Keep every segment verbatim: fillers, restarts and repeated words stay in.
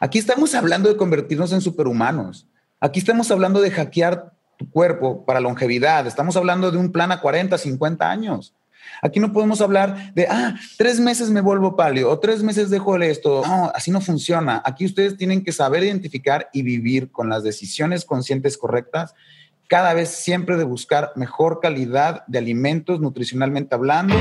Aquí estamos hablando de convertirnos en superhumanos. Aquí estamos hablando de hackear tu cuerpo para longevidad. Estamos hablando de un plan a cuarenta, cincuenta años. Aquí no podemos hablar de, ah, tres meses me vuelvo paleo o tres meses dejo esto. No, así no funciona. Aquí ustedes tienen que saber identificar y vivir con las decisiones conscientes correctas, cada vez siempre de buscar mejor calidad de alimentos nutricionalmente hablando.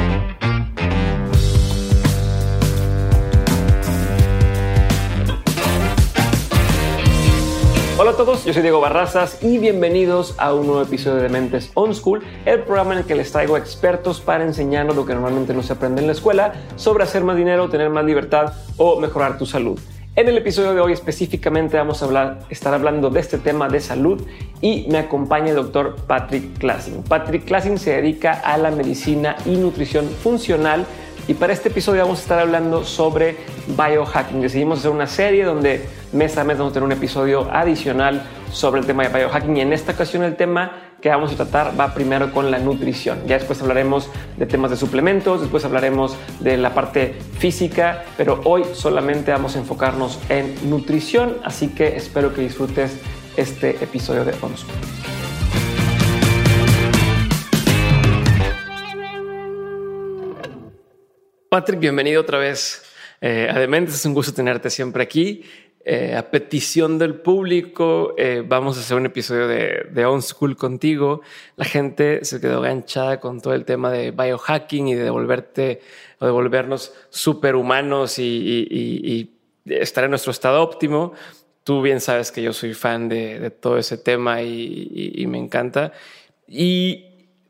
Hola a todos, yo soy Diego Barrazas y bienvenidos a un nuevo episodio de Mentes On School, el programa en el que les traigo expertos para enseñarnos lo que normalmente no se aprende en la escuela sobre hacer más dinero, tener más libertad o mejorar tu salud. En el episodio de hoy específicamente vamos a hablar, estar hablando de este tema de salud y me acompaña el doctor Patrick Claessing. Patrick Claessing se dedica a la medicina y nutrición funcional y para este episodio vamos a estar hablando sobre biohacking. Decidimos hacer una serie donde mes a mes vamos a tener un episodio adicional sobre el tema de biohacking y en esta ocasión el tema que vamos a tratar va primero con la nutrición. Ya después hablaremos de temas de suplementos, después hablaremos de la parte física, pero hoy solamente vamos a enfocarnos en nutrición, así que espero que disfrutes este episodio de On School. Patrick, bienvenido otra vez eh, a Dementes. Es un gusto tenerte siempre aquí. Eh, a petición del público, eh, vamos a hacer un episodio de, de On School contigo. La gente se quedó enganchada con todo el tema de biohacking y de devolverte o devolvernos superhumanos y, y, y, y estar en nuestro estado óptimo. Tú bien sabes que yo soy fan de, de todo ese tema y, y, y me encanta. Y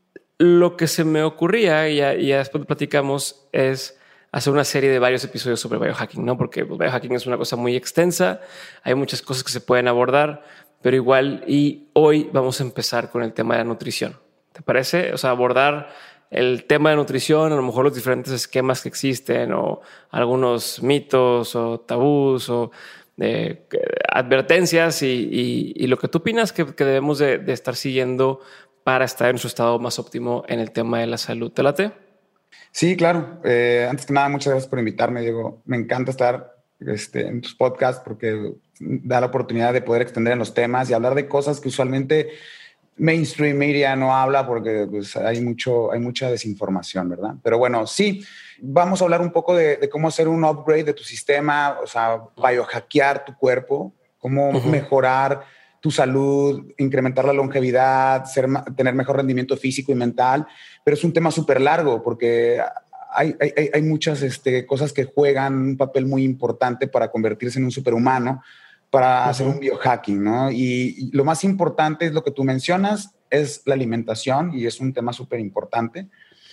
lo que se me ocurría, y ya, y ya después platicamos, es hacer una serie de varios episodios sobre biohacking, ¿no? Porque pues, biohacking es una cosa muy extensa, hay muchas cosas que se pueden abordar, pero igual, y hoy vamos a empezar con el tema de la nutrición. ¿Te parece? O sea, abordar el tema de nutrición, a lo mejor los diferentes esquemas que existen, o algunos mitos, o tabús, o eh, advertencias, y, y, y lo que tú opinas que, que debemos de, de estar siguiendo para estar en su estado más óptimo en el tema de la salud. ¿Te late? Sí, claro. Eh, antes que nada, muchas gracias por invitarme, Diego. Me encanta estar este, en tus podcasts porque da la oportunidad de poder extender en los temas y hablar de cosas que usualmente mainstream media no habla porque pues, hay, mucho, hay mucha desinformación, ¿verdad? Pero bueno, sí, vamos a hablar un poco de, de cómo hacer un upgrade de tu sistema, o sea, biohackear tu cuerpo, cómo uh-huh. mejorar tu salud, incrementar la longevidad, ser, tener mejor rendimiento físico y mental, pero es un tema súper largo porque hay, hay, hay muchas este, cosas que juegan un papel muy importante para convertirse en un superhumano, para uh-huh. hacer un biohacking, ¿no? Y, y lo más importante es lo que tú mencionas, es la alimentación y es un tema súper importante.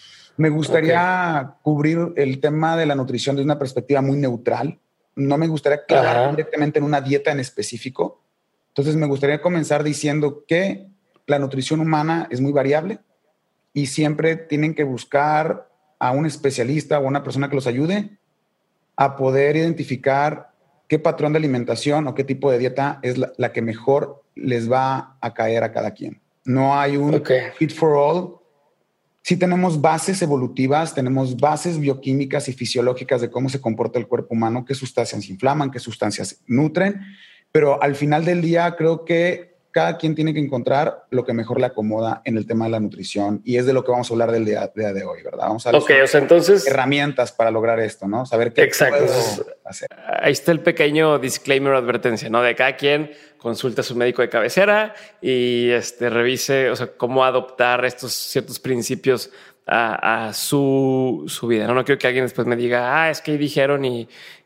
Me gustaría okay. cubrir el tema de la nutrición desde una perspectiva muy neutral. No me gustaría clavar uh-huh. directamente en una dieta en específico. Entonces, me gustaría comenzar diciendo que la nutrición humana es muy variable y siempre tienen que buscar a un especialista o a una persona que los ayude a poder identificar qué patrón de alimentación o qué tipo de dieta es la, la que mejor les va a caer a cada quien. No hay un okay. fit for all. Sí tenemos bases evolutivas, tenemos bases bioquímicas y fisiológicas de cómo se comporta el cuerpo humano, qué sustancias se inflaman, qué sustancias nutren, pero al final del día creo que cada quien tiene que encontrar lo que mejor le acomoda en el tema de la nutrición y es de lo que vamos a hablar del día, día de hoy, ¿verdad? Vamos a ver okay, o sea, entonces, herramientas para lograr esto, ¿no? Saber qué exacto. puedo hacer. Ahí está el pequeño disclaimer o advertencia, ¿no? De cada quien consulta a su médico de cabecera y este, revise, o sea, cómo adoptar estos ciertos principios a, a su, su vida, ¿no? No quiero que alguien después me diga, ah, es que dijeron y,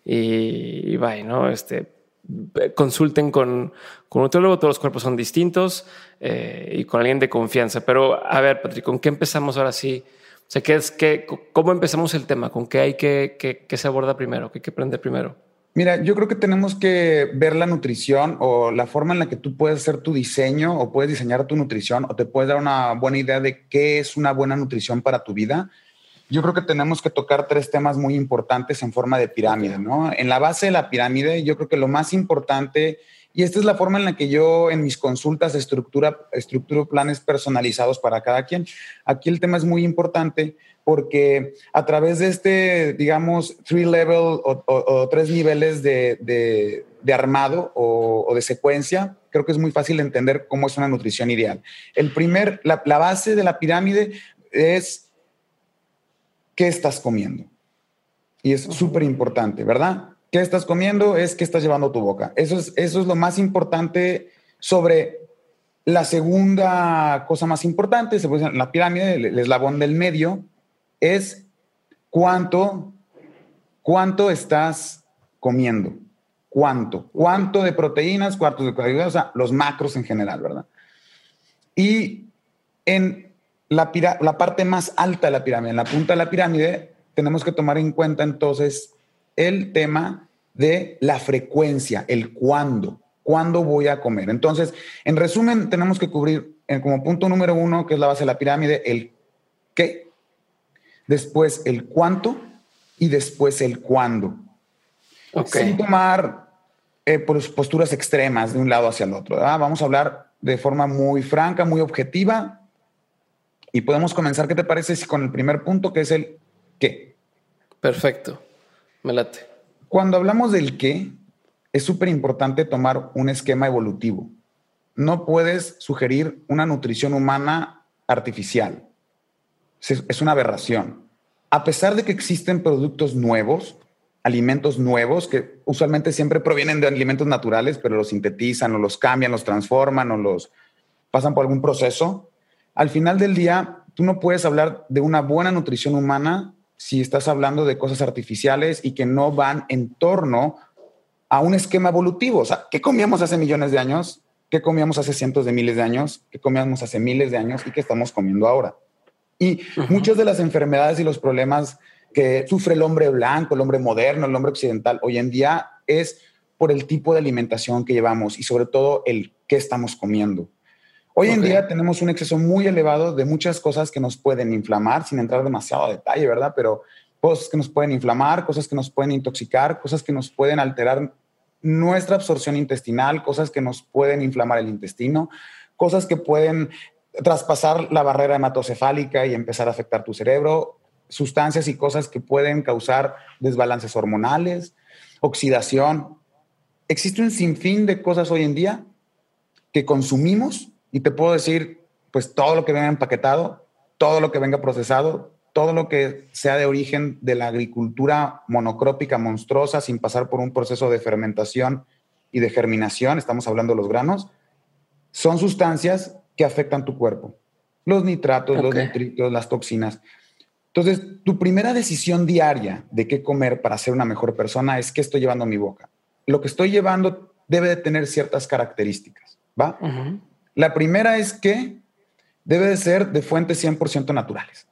y, y bye, ¿no? Este... consulten con, con un nutriólogo, todos los cuerpos son distintos eh, y con alguien de confianza. Pero a ver, Patrick, ¿con qué empezamos ahora sí? O sea, ¿qué es, qué, ¿cómo empezamos el tema? ¿Con qué hay que, que, que se aborda primero? ¿Qué hay que aprender primero? Mira, yo creo que tenemos que ver la nutrición o la forma en la que tú puedes hacer tu diseño o puedes diseñar tu nutrición o te puedes dar una buena idea de qué es una buena nutrición para tu vida. Yo creo que tenemos que tocar tres temas muy importantes en forma de pirámide, ¿no? En la base de la pirámide, yo creo que lo más importante, y esta es la forma en la que yo en mis consultas estructura, estructuro planes personalizados para cada quien. Aquí el tema es muy importante porque a través de este, digamos, three level o, o, o tres niveles de, de, de armado o, o de secuencia, creo que es muy fácil entender cómo es una nutrición ideal. El primer, la, la base de la pirámide es qué estás comiendo. Y es súper importante, ¿verdad? ¿Qué estás comiendo? Es qué estás llevando a tu boca. Eso es, eso es lo más importante sobre la segunda cosa más importante. Se puede decir, la pirámide, el, el eslabón del medio, es cuánto, cuánto estás comiendo. ¿Cuánto? ¿Cuánto de proteínas? ¿Cuánto de carbohidratos? O sea, los macros en general, ¿verdad? Y en la, la parte más alta de la pirámide, en la punta de la pirámide, tenemos que tomar en cuenta entonces el tema de la frecuencia, el cuándo. ¿Cuándo voy a comer? Entonces, en resumen, tenemos que cubrir en, como punto número uno, que es la base de la pirámide, el qué, después el cuánto y después el cuándo. Okay. Sin tomar eh, posturas extremas de un lado hacia el otro, ¿verdad? Vamos a hablar de forma muy franca, muy objetiva y podemos comenzar, ¿qué te parece si con el primer punto, que es el qué? Perfecto, me late. Cuando hablamos del qué, es súper importante tomar un esquema evolutivo. No puedes sugerir una nutrición humana artificial. Es una aberración. A pesar de que existen productos nuevos, alimentos nuevos, que usualmente siempre provienen de alimentos naturales, pero los sintetizan o los cambian, los transforman o los pasan por algún proceso, al final del día, tú no puedes hablar de una buena nutrición humana si estás hablando de cosas artificiales y que no van en torno a un esquema evolutivo. O sea, ¿qué comíamos hace millones de años? ¿Qué comíamos hace cientos de miles de años? ¿Qué comíamos hace miles de años? ¿Y qué estamos comiendo ahora? Y uh-huh. muchas de las enfermedades y los problemas que sufre el hombre blanco, el hombre moderno, el hombre occidental hoy en día es por el tipo de alimentación que llevamos y sobre todo el qué estamos comiendo. Hoy okay. en día tenemos un exceso muy elevado de muchas cosas que nos pueden inflamar, sin entrar demasiado a detalle, ¿verdad? Pero cosas que nos pueden inflamar, cosas que nos pueden intoxicar, cosas que nos pueden alterar nuestra absorción intestinal, cosas que nos pueden inflamar el intestino, cosas que pueden traspasar la barrera hematocefálica y empezar a afectar tu cerebro, sustancias y cosas que pueden causar desbalances hormonales, oxidación. Existe un sinfín de cosas hoy en día que consumimos y te puedo decir, pues todo lo que venga empaquetado, todo lo que venga procesado, todo lo que sea de origen de la agricultura monocrópica monstruosa sin pasar por un proceso de fermentación y de germinación, estamos hablando de los granos, son sustancias que afectan tu cuerpo. Los nitratos, okay. los nitritos, las toxinas. Entonces, tu primera decisión diaria de qué comer para ser una mejor persona es qué estoy llevando a mi boca. Lo que estoy llevando debe de tener ciertas características, ¿va? Uh-huh. La primera es que debe de ser de fuentes cien por ciento naturales.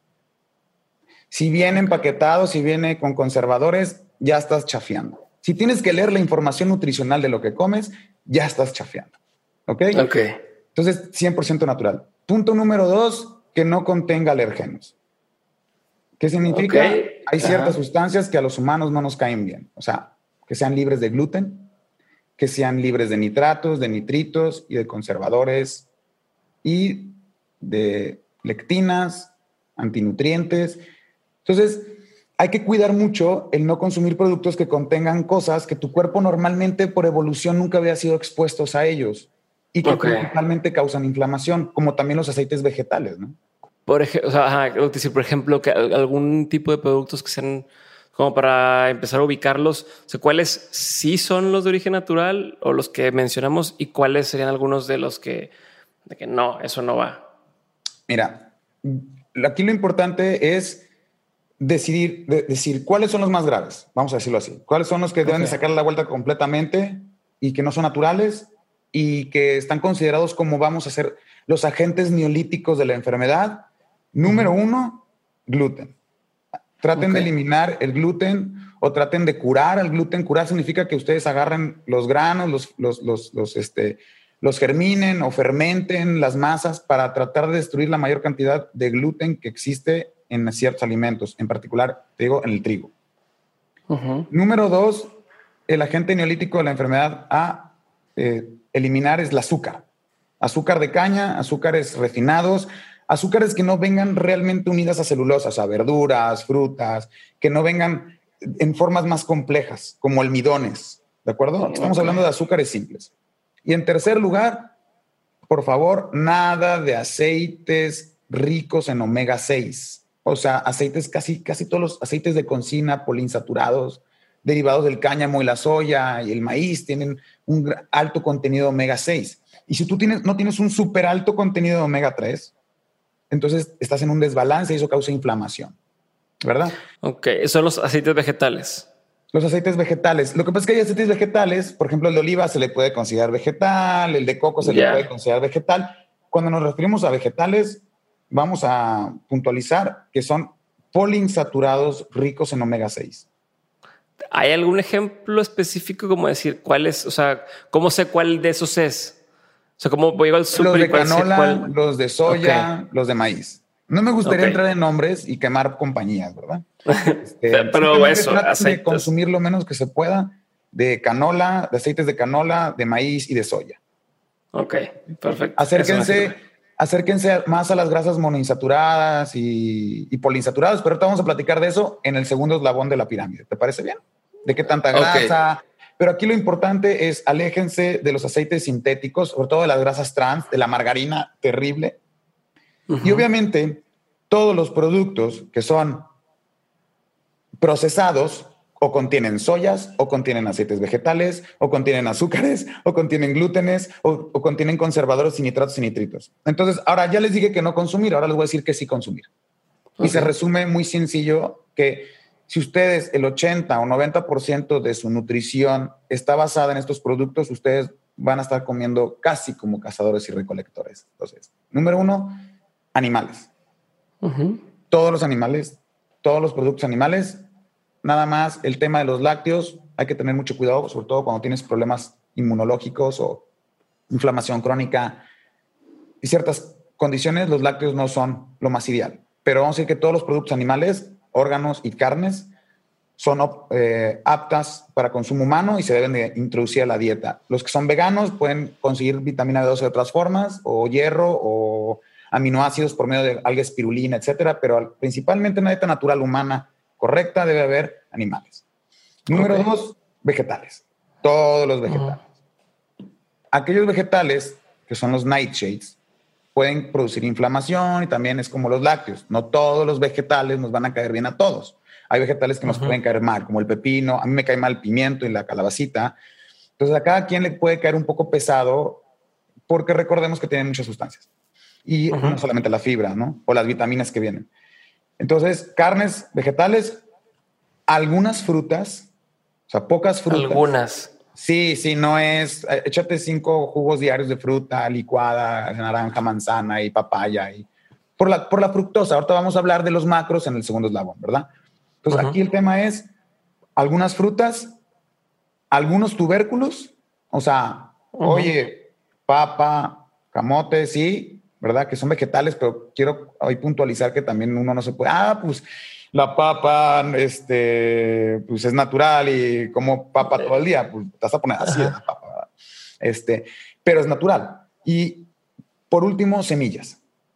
Si viene empaquetado, si viene con conservadores, ya estás chafeando. Si tienes que leer la información nutricional de lo que comes, ya estás chafeando. ¿Ok? Ok. Entonces, cien por ciento natural. Punto número dos, que no contenga alergenos. ¿Qué significa? Okay. Hay ciertas Ajá. sustancias que a los humanos no nos caen bien. O sea, que sean libres de gluten, que sean libres de nitratos, de nitritos y de conservadores y de lectinas, antinutrientes. Entonces, hay que cuidar mucho el no consumir productos que contengan cosas que tu cuerpo normalmente por evolución nunca había sido expuestos a ellos y que okay. principalmente causan inflamación, como también los aceites vegetales, ¿no? Por ejemplo, o sea, ajá, decir, por ejemplo, que algún tipo de productos que sean como para empezar a ubicarlos, o sea, ¿cuáles sí son los de origen natural o los que mencionamos y cuáles serían algunos de los que, de que no, eso no va? Mira, aquí lo importante es decidir, de, decir cuáles son los más graves, vamos a decirlo así. ¿Cuáles son los que okay. deben de sacar la vuelta completamente y que no son naturales y que están considerados como vamos a ser los agentes neolíticos de la enfermedad? Número uh-huh. uno, gluten. Traten okay. de eliminar el gluten o traten de curar el gluten. Curar significa que ustedes agarren los granos, los, los, los, los, este, los germinen o fermenten las masas para tratar de destruir la mayor cantidad de gluten que existe en ciertos alimentos, en particular, te digo, en el trigo. Uh-huh. Número dos, el agente neolítico de la enfermedad a eh, eliminar es el azúcar. Azúcar de caña, azúcares refinados, azúcares que no vengan realmente unidas a celulosas, a verduras, frutas, que no vengan en formas más complejas, como almidones, ¿de acuerdo? Estamos okay. hablando de azúcares simples. Y en tercer lugar, por favor, nada de aceites ricos en omega seis. O sea, aceites, casi, casi todos los aceites de concina, poliinsaturados, derivados del cáñamo y la soya y el maíz, tienen un alto contenido de omega seis. Y si tú tienes, no tienes un súper alto contenido de omega tres, entonces estás en un desbalance y eso causa inflamación, ¿verdad? Ok, son los aceites vegetales. Los aceites vegetales. Lo que pasa es que hay aceites vegetales, por ejemplo, el de oliva se le puede considerar vegetal, el de coco se yeah. le puede considerar vegetal. Cuando nos referimos a vegetales, vamos a puntualizar que son poliinsaturados ricos en omega seis. ¿Hay algún ejemplo específico como decir cuál es? O sea, ¿cómo sé cuál de esos es? O sea, ¿cómo voy al súper? Los de canola, cuál... los de soya, okay. los de maíz. No me gustaría okay. entrar en nombres y quemar compañías, ¿verdad? Este, Pero eso, de consumir lo menos que se pueda de canola, de aceites de canola, de maíz y de soya. Ok, perfecto. Acérquense, acérquense más a las grasas monoinsaturadas y, y poliinsaturadas, pero ahorita vamos a platicar de eso en el segundo eslabón de la pirámide. ¿Te parece bien? ¿De qué tanta grasa? Okay. Pero aquí lo importante es aléjense de los aceites sintéticos, sobre todo de las grasas trans, de la margarina terrible. Uh-huh. Y obviamente todos los productos que son procesados o contienen soyas, o contienen aceites vegetales, o contienen azúcares, o contienen glútenes, o, o contienen conservadores y nitratos y nitritos. Entonces, ahora ya les dije que no consumir, ahora les voy a decir que sí consumir. Okay. Y se resume muy sencillo que si ustedes el ochenta o noventa por ciento de su nutrición está basada en estos productos, ustedes van a estar comiendo casi como cazadores y recolectores. Entonces, número uno, animales. Uh-huh. Todos los animales, todos los productos animales. Nada más el tema de los lácteos, hay que tener mucho cuidado, sobre todo cuando tienes problemas inmunológicos o inflamación crónica y ciertas condiciones, los lácteos no son lo más ideal. Pero vamos a decir que todos los productos animales, órganos y carnes son eh, aptas para consumo humano y se deben de introducir a la dieta. Los que son veganos pueden conseguir vitamina B doce de otras formas, o hierro, o aminoácidos por medio de alga espirulina, etcétera, pero principalmente en una dieta natural humana correcta debe haber animales. Número okay. dos, vegetales. Todos los vegetales. Uh-huh. Aquellos vegetales que son los nightshades pueden producir inflamación y también es como los lácteos. No todos los vegetales nos van a caer bien a todos. Hay vegetales que nos uh-huh. pueden caer mal, como el pepino. A mí me cae mal el pimiento y la calabacita. Entonces a cada quien le puede caer un poco pesado porque recordemos que tienen muchas sustancias. Y uh-huh. no solamente la fibra, ¿no? O las vitaminas que vienen. Entonces, carnes, vegetales, algunas frutas, o sea, pocas frutas. Algunas. Sí, sí, no es, échate cinco jugos diarios de fruta licuada, naranja, manzana y papaya. Y por, la, por la fructosa. Ahorita vamos a hablar de los macros en el segundo eslabón, ¿verdad? Entonces, uh-huh. aquí el tema es algunas frutas, algunos tubérculos, o sea, uh-huh. oye, papa, camote, sí, ¿verdad? Que son vegetales, pero quiero hoy puntualizar que también uno no se puede, ah, pues la papa este, pues es natural y como papa todo el día, pues te vas a poner así de la papa, ¿verdad? Este, pero es natural. Y por último, semillas.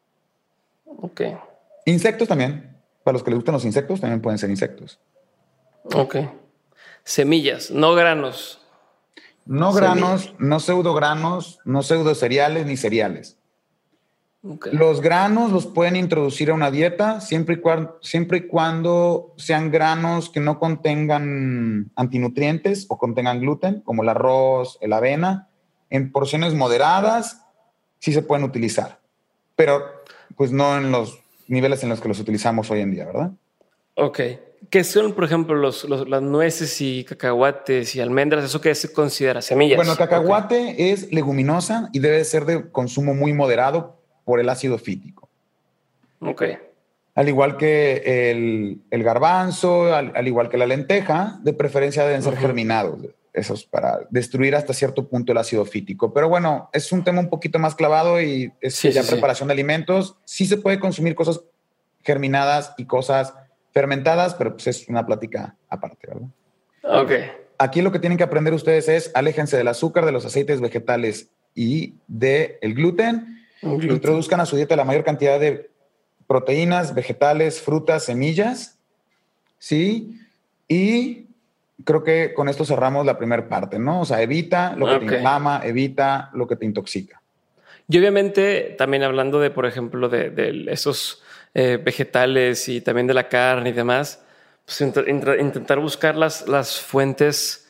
Ok. Insectos también. Para los que les gustan los insectos, también pueden ser insectos. Ok. Semillas, no granos. No granos, Semillas. no pseudogranos, no pseudocereales ni cereales. Okay. Los granos los pueden introducir a una dieta siempre y, cuando, siempre y cuando sean granos que no contengan antinutrientes o contengan gluten, como el arroz, la avena. En porciones moderadas sí se pueden utilizar, pero pues no en los niveles en los que los utilizamos hoy en día, ¿verdad? Ok. ¿Qué son, por ejemplo, los, los, las nueces y cacahuates y almendras? ¿Eso qué se considera? ¿Semillas? Bueno, el cacahuate okay. es leguminosa y debe ser de consumo muy moderado por el ácido fítico. Ok. Al igual que el, el garbanzo, al, al igual que la lenteja, de preferencia deben ser uh-huh. germinados. Esos para destruir hasta cierto punto el ácido fítico. Pero bueno, es un tema un poquito más clavado y es sí, ya sí, preparación sí. de alimentos. Sí se puede consumir cosas germinadas y cosas fermentadas, pero pues es una plática aparte, ¿verdad? Ok. Aquí lo que tienen que aprender ustedes es aléjense del azúcar, de los aceites vegetales y del gluten. gluten. Introduzcan a su dieta la mayor cantidad de proteínas, vegetales, frutas, semillas, ¿sí? Y creo que con esto cerramos la primera parte, ¿no? O sea, evita lo que okay. te inflama, evita lo que te intoxica. Y obviamente también hablando de, por ejemplo, de, de esos eh, vegetales y también de la carne y demás, pues int- int- intentar buscar las, las fuentes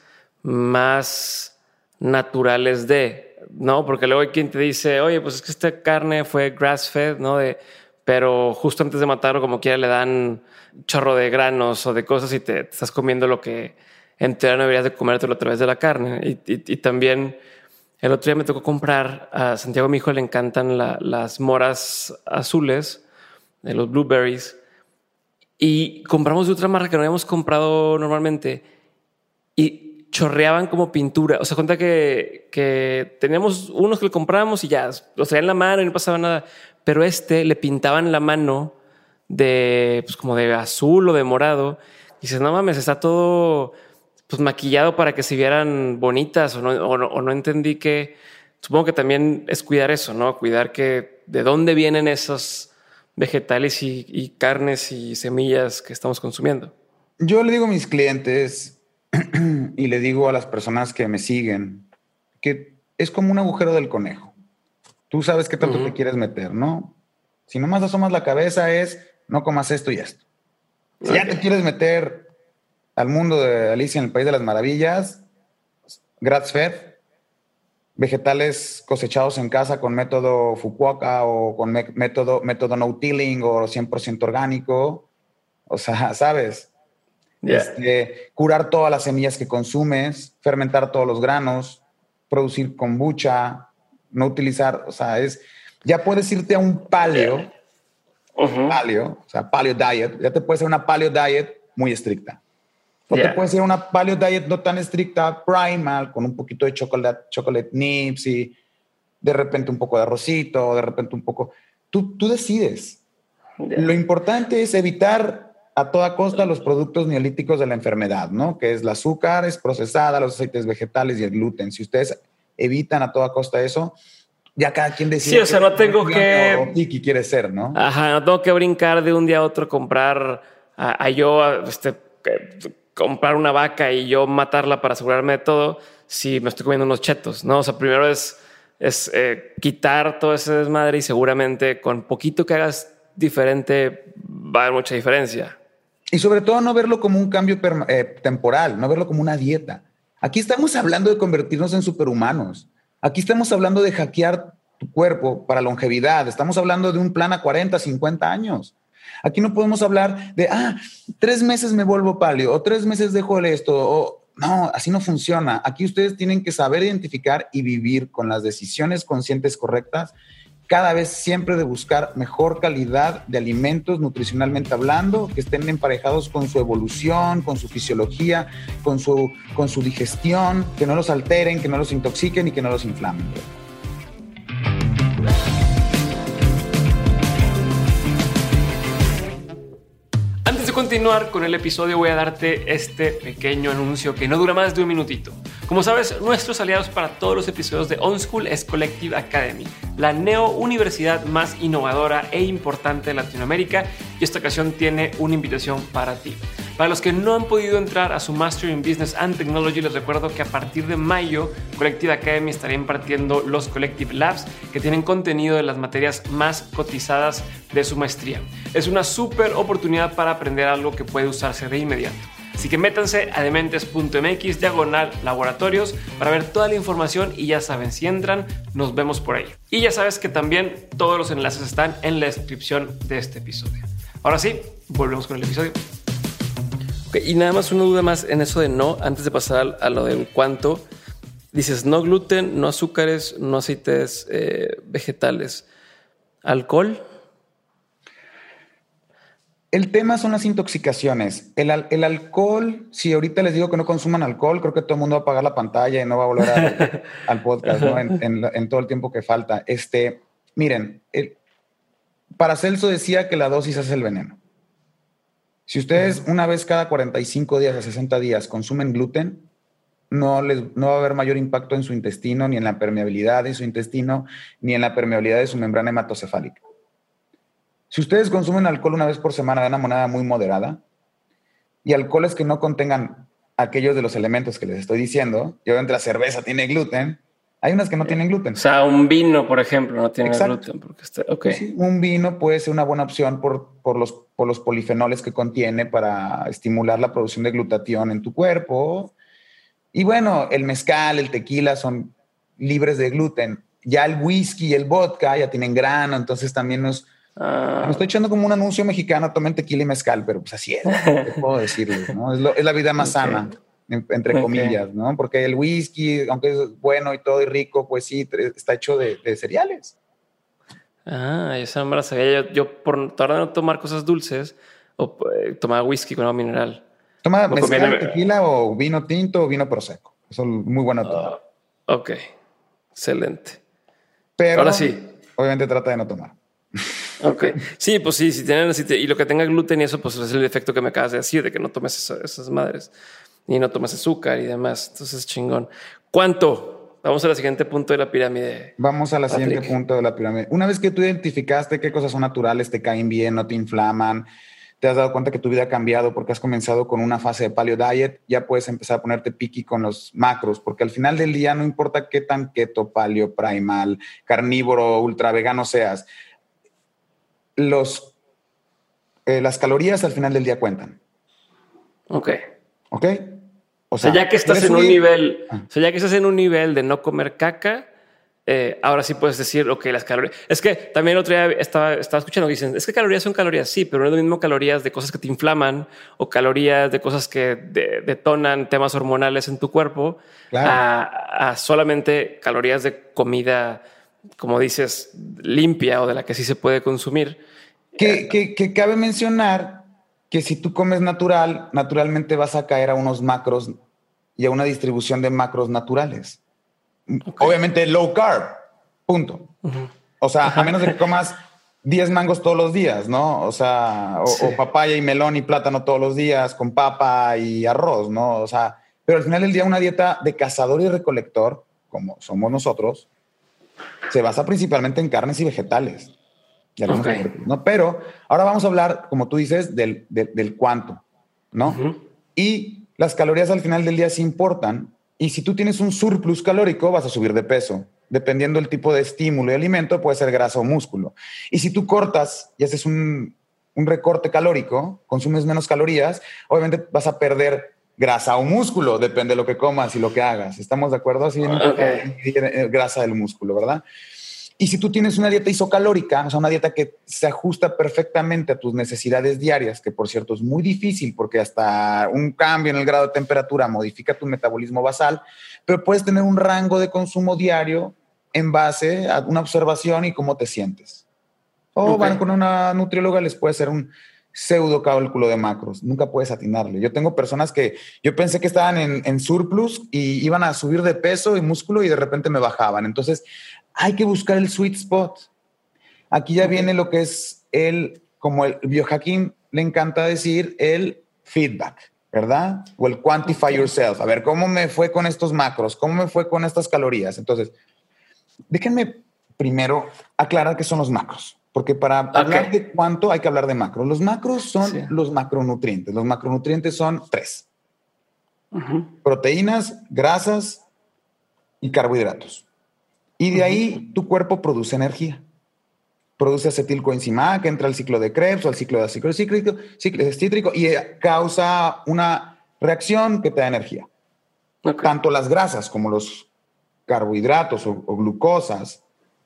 más naturales de, ¿no? Porque luego hay quien te dice, oye, pues es que esta carne fue grass-fed, ¿no? De, pero justo antes de matarlo, como quiera, le dan chorro de granos o de cosas y te, te estás comiendo lo que en teoría no deberías de comértelo a través de la carne. Y, y, y también el otro día me tocó comprar, a Santiago, mi hijo, le encantan la, las moras azules, de los blueberries, y compramos de otra marca que no habíamos comprado normalmente y chorreaban como pintura. O sea, cuenta que, que teníamos unos que le compramos y ya los traían en la mano y no pasaba nada. Pero este le pintaban la mano de, pues como de azul o de morado. Y dices, no mames, está todo pues maquillado para que se vieran bonitas o no, o no, o no entendí que, supongo que también es cuidar eso, ¿no? Cuidar que de dónde vienen esos vegetales y, y carnes y semillas que estamos consumiendo. Yo le digo a mis clientes y le digo a las personas que me siguen que es como un agujero del conejo. Tú sabes qué tanto uh-huh. te quieres meter, ¿no? Si nomás asomas la cabeza es no comas esto y esto. Si okay. ya te quieres meter al mundo de Alicia en el País de las Maravillas, grass-fed, vegetales cosechados en casa con método Fukuoka o con me- método, método no-tilling o cien por ciento orgánico. O sea, ¿sabes? Yeah. Este, curar todas las semillas que consumes, fermentar todos los granos, producir kombucha, no utilizar, o sea, es, ya puedes irte a un paleo, yeah. uh-huh. paleo, o sea, paleo diet, ya te puedes hacer una paleo diet muy estricta. O yeah. te puedes hacer una paleo diet no tan estricta, primal, con un poquito de chocolate, chocolate nips y de repente un poco de arrocito, de repente un poco, tú, tú decides. Yeah. Lo importante es evitar a toda costa los productos neolíticos de la enfermedad, ¿no? Que es el azúcar, es procesada, los aceites vegetales y el gluten. Si ustedes evitan a toda costa eso, ya cada quien decide. Sí, o sea, no tengo que... O piqui quiere ser, ¿no? Ajá, no tengo que brincar de un día a otro, comprar a, a yo, este, comprar una vaca y yo matarla para asegurarme de todo si me estoy comiendo unos chetos, ¿no? O sea, primero es, es eh, quitar todo ese desmadre y seguramente con poquito que hagas diferente va a haber mucha diferencia. Y sobre todo no verlo como un cambio perma- eh, temporal, no verlo como una dieta. Aquí estamos hablando de convertirnos en superhumanos. Aquí estamos hablando de hackear tu cuerpo para longevidad. Estamos hablando de un plan a cuarenta, cincuenta años. Aquí no podemos hablar de, ah, tres meses me vuelvo paleo o tres meses dejo esto. O, no, así no funciona. Aquí ustedes tienen que saber identificar y vivir con las decisiones conscientes correctas, cada vez siempre de buscar mejor calidad de alimentos nutricionalmente hablando, que estén emparejados con su evolución, con su fisiología, con su, con su digestión, que no los alteren, que no los intoxiquen y que no los inflamen. Antes de continuar con el episodio, voy a darte este pequeño anuncio que no dura más de un minutito. Como sabes, nuestros aliados para todos los episodios de OnSchool es Collective Academy, la neo-universidad más innovadora e importante de Latinoamérica, y esta ocasión tiene una invitación para ti. Para los que no han podido entrar a su Master in Business and Technology, les recuerdo que a partir de mayo, Collective Academy estará impartiendo los Collective Labs, que tienen contenido de las materias más cotizadas de su maestría. Es una súper oportunidad para aprender algo que puede usarse de inmediato. Así que métanse a dementes punto m x diagonal laboratorios para ver toda la información y ya saben, si entran, nos vemos por ahí. Y ya sabes que también todos los enlaces están en la descripción de este episodio. Ahora sí, volvemos con el episodio. Okay, y nada más una duda más en eso de no, antes de pasar a lo de cuánto. Dices no gluten, no azúcares, no aceites eh, vegetales. ¿Alcohol? El tema son las intoxicaciones. El, el alcohol, si ahorita les digo que no consuman alcohol, creo que todo el mundo va a apagar la pantalla y no va a volver a, al podcast, ¿no? En, en, en todo el tiempo que falta. Este, miren, el, Paracelso decía que la dosis hace el veneno. Si ustedes una vez cada cuarenta y cinco días a sesenta días consumen gluten, no, les, no va a haber mayor impacto en su intestino, ni en la permeabilidad de su intestino, ni en la permeabilidad de su membrana hematocefálica. Si ustedes consumen alcohol una vez por semana de una manera muy moderada, y alcoholes que no contengan aquellos de los elementos que les estoy diciendo, y obviamente la cerveza tiene gluten, hay unas que no tienen gluten. O sea, un vino, por ejemplo, no tiene Exacto. gluten. Porque está, okay. Pues sí, un vino puede ser una buena opción por, por, los, por los polifenoles que contiene para estimular la producción de glutatión en tu cuerpo. Y bueno, el mezcal, el tequila son libres de gluten. Ya el whisky y el vodka ya tienen grano, entonces también nos... Ah. Me estoy echando como un anuncio mexicano, tomen tequila y mezcal, pero pues así es, ¿qué puedo decirles? ¿No? Es, lo, es la vida más okay. sana. Entre okay. comillas, ¿no? Porque el whisky, aunque es bueno y todo y rico, pues sí, está hecho de, de cereales. Ah, esa no me la sabía. Yo, yo por tardar no tomar cosas dulces, o eh, tomaba whisky con agua mineral. Toma mezcal, conviene... tequila o vino tinto o vino prosecco. Eso es muy bueno a tomar. Uh, ok, excelente. Pero ahora sí. Obviamente trata de no tomar. Ok, sí, pues sí, si tienen, si te, y lo que tenga gluten y eso, pues es el efecto que me acabas de decir, de que no tomes esa, esas madres. Y no tomas azúcar y demás. Entonces, chingón. ¿Cuánto? Vamos al siguiente punto de la pirámide. Vamos al siguiente punto de la pirámide. Una vez que tú identificaste qué cosas son naturales, te caen bien, no te inflaman, te has dado cuenta que tu vida ha cambiado porque has comenzado con una fase de paleo diet, ya puedes empezar a ponerte picky con los macros, porque al final del día no importa qué tan keto, paleo, primal, carnívoro, ultra vegano seas, los, eh, las calorías al final del día cuentan. Ok. ¿Ok? O sea, o sea ya que estás en subir? un nivel, ah. o sea, ya que estás en un nivel de no comer caca, eh, ahora sí puedes decir, ok, las calorías. Es que también el otro día estaba, estaba escuchando que dicen, es que calorías son calorías, sí, pero no es lo mismo calorías de cosas que te inflaman o calorías de cosas que de, detonan temas hormonales en tu cuerpo, claro. a, a solamente calorías de comida, como dices, limpia o de la que sí se puede consumir. Que, que, que cabe mencionar que si tú comes natural, naturalmente vas a caer a unos macros y a una distribución de macros naturales. Okay. Obviamente low carb, punto. Uh-huh. O sea, uh-huh. a menos de que comas diez mangos todos los días, ¿no? O sea, o, sí. o papaya y melón y plátano todos los días con papa y arroz, ¿no? O sea, pero al final del día una dieta de cazador y recolector, como somos nosotros, se basa principalmente en carnes y vegetales. Y okay. productos, ¿no? Pero ahora vamos a hablar, como tú dices, del, del, del cuánto, ¿no? Uh-huh. Y las calorías al final del día sí importan. Y si tú tienes un surplus calórico, vas a subir de peso. Dependiendo del tipo de estímulo y alimento, puede ser grasa o músculo. Y si tú cortas y haces un, un recorte calórico, consumes menos calorías, obviamente vas a perder grasa o músculo, depende de lo que comas y lo que hagas. ¿Estamos de acuerdo? Así okay. grasa del músculo, ¿verdad? Y si tú tienes una dieta isocalórica, o sea, una dieta que se ajusta perfectamente a tus necesidades diarias, que por cierto es muy difícil porque hasta un cambio en el grado de temperatura modifica tu metabolismo basal, pero puedes tener un rango de consumo diario en base a una observación y cómo te sientes. O okay. van con una nutrióloga, les puede hacer un pseudo cálculo de macros. Nunca puedes atinarle. Yo tengo personas que yo pensé que estaban en, en surplus y iban a subir de peso y músculo y de repente me bajaban. Entonces, hay que buscar el sweet spot. Aquí ya okay. viene lo que es el, como el biohacking le encanta decir, el feedback, ¿verdad? O el quantify okay. yourself. A ver, ¿cómo me fue con estos macros? ¿Cómo me fue con estas calorías? Entonces, déjenme primero aclarar qué son los macros. Porque para okay. hablar de cuánto hay que hablar de macros. Los macros son sí. los macronutrientes. Los macronutrientes son tres. Uh-huh. Proteínas, grasas y carbohidratos. Y de ahí tu cuerpo produce energía. Produce acetilcoenzima A, que entra al ciclo de Krebs o al ciclo de ácido cítrico, ciclo cítrico y causa una reacción que te da energía. Okay. Tanto las grasas como los carbohidratos o, o glucosas